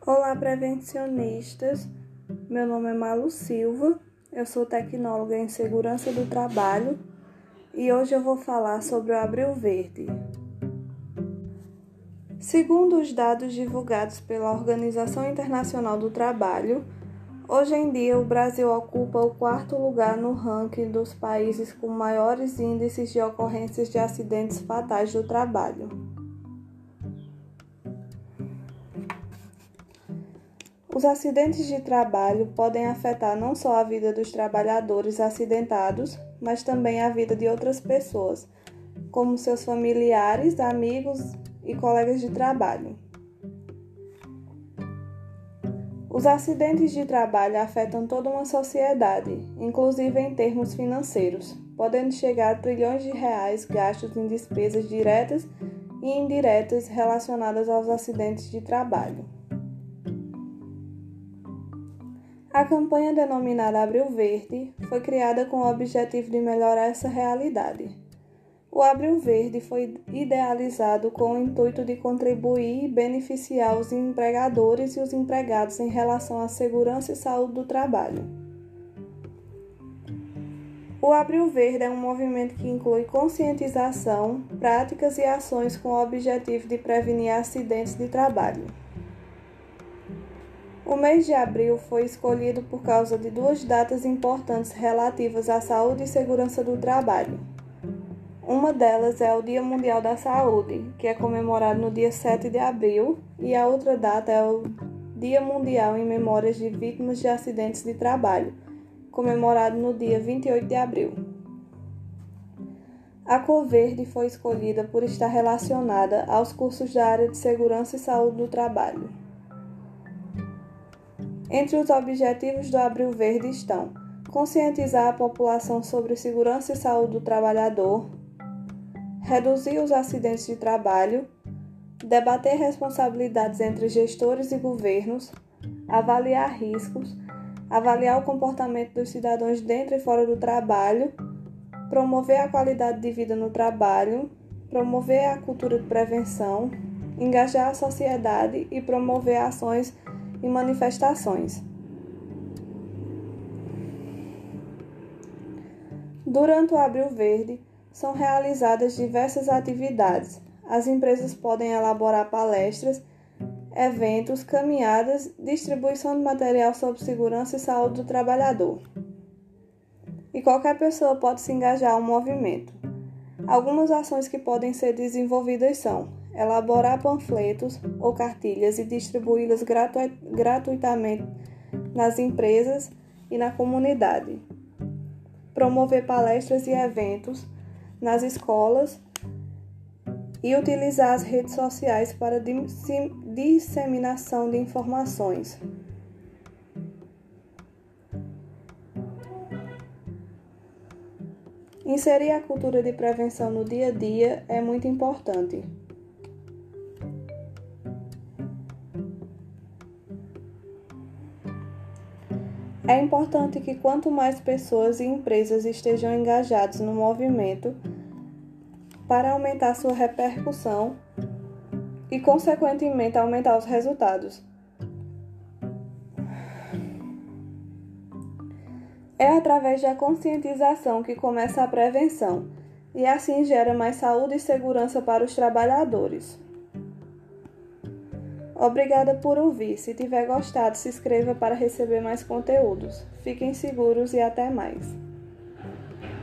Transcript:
Olá, prevencionistas. Meu nome é Malu Silva, eu sou tecnóloga em segurança do trabalho e hoje eu vou falar sobre o Abril Verde. Segundo os dados divulgados pela Organização Internacional do Trabalho, hoje em dia o Brasil ocupa o 4º lugar no ranking dos países com maiores índices de ocorrências de acidentes fatais do trabalho. Os acidentes de trabalho podem afetar não só a vida dos trabalhadores acidentados, mas também a vida de outras pessoas, como seus familiares, amigos e colegas de trabalho. Os acidentes de trabalho afetam toda uma sociedade, inclusive em termos financeiros, podendo chegar a trilhões de reais gastos em despesas diretas e indiretas relacionadas aos acidentes de trabalho. A campanha denominada Abril Verde foi criada com o objetivo de melhorar essa realidade. O Abril Verde foi idealizado com o intuito de contribuir e beneficiar os empregadores e os empregados em relação à segurança e saúde do trabalho. O Abril Verde é um movimento que inclui conscientização, práticas e ações com o objetivo de prevenir acidentes de trabalho. O mês de abril foi escolhido por causa de 2 datas importantes relativas à saúde e segurança do trabalho. Uma delas é o Dia Mundial da Saúde, que é comemorado no dia 7 de abril, e a outra data é o Dia Mundial em Memórias de Vítimas de Acidentes de Trabalho, comemorado no dia 28 de abril. A cor verde foi escolhida por estar relacionada aos cursos da área de segurança e saúde do trabalho. Entre os objetivos do Abril Verde estão conscientizar a população sobre segurança e saúde do trabalhador, reduzir os acidentes de trabalho, debater responsabilidades entre gestores e governos, avaliar riscos, avaliar o comportamento dos cidadãos dentro e fora do trabalho, promover a qualidade de vida no trabalho, promover a cultura de prevenção, engajar a sociedade e promover ações e manifestações. Durante o Abril Verde, são realizadas diversas atividades. As empresas podem elaborar palestras, eventos, caminhadas, distribuição de material sobre segurança e saúde do trabalhador. E qualquer pessoa pode se engajar ao movimento. Algumas ações que podem ser desenvolvidas são elaborar panfletos ou cartilhas e distribuí-las gratuitamente nas empresas e na comunidade. Promover palestras e eventos nas escolas e utilizar as redes sociais para disseminação de informações. Inserir a cultura de prevenção no dia a dia é muito importante. É importante que quanto mais pessoas e empresas estejam engajadas no movimento para aumentar sua repercussão e, consequentemente, aumentar os resultados. É através da conscientização que começa a prevenção e assim gera mais saúde e segurança para os trabalhadores. Obrigada por ouvir. Se tiver gostado, se inscreva para receber mais conteúdos. Fiquem seguros e até mais.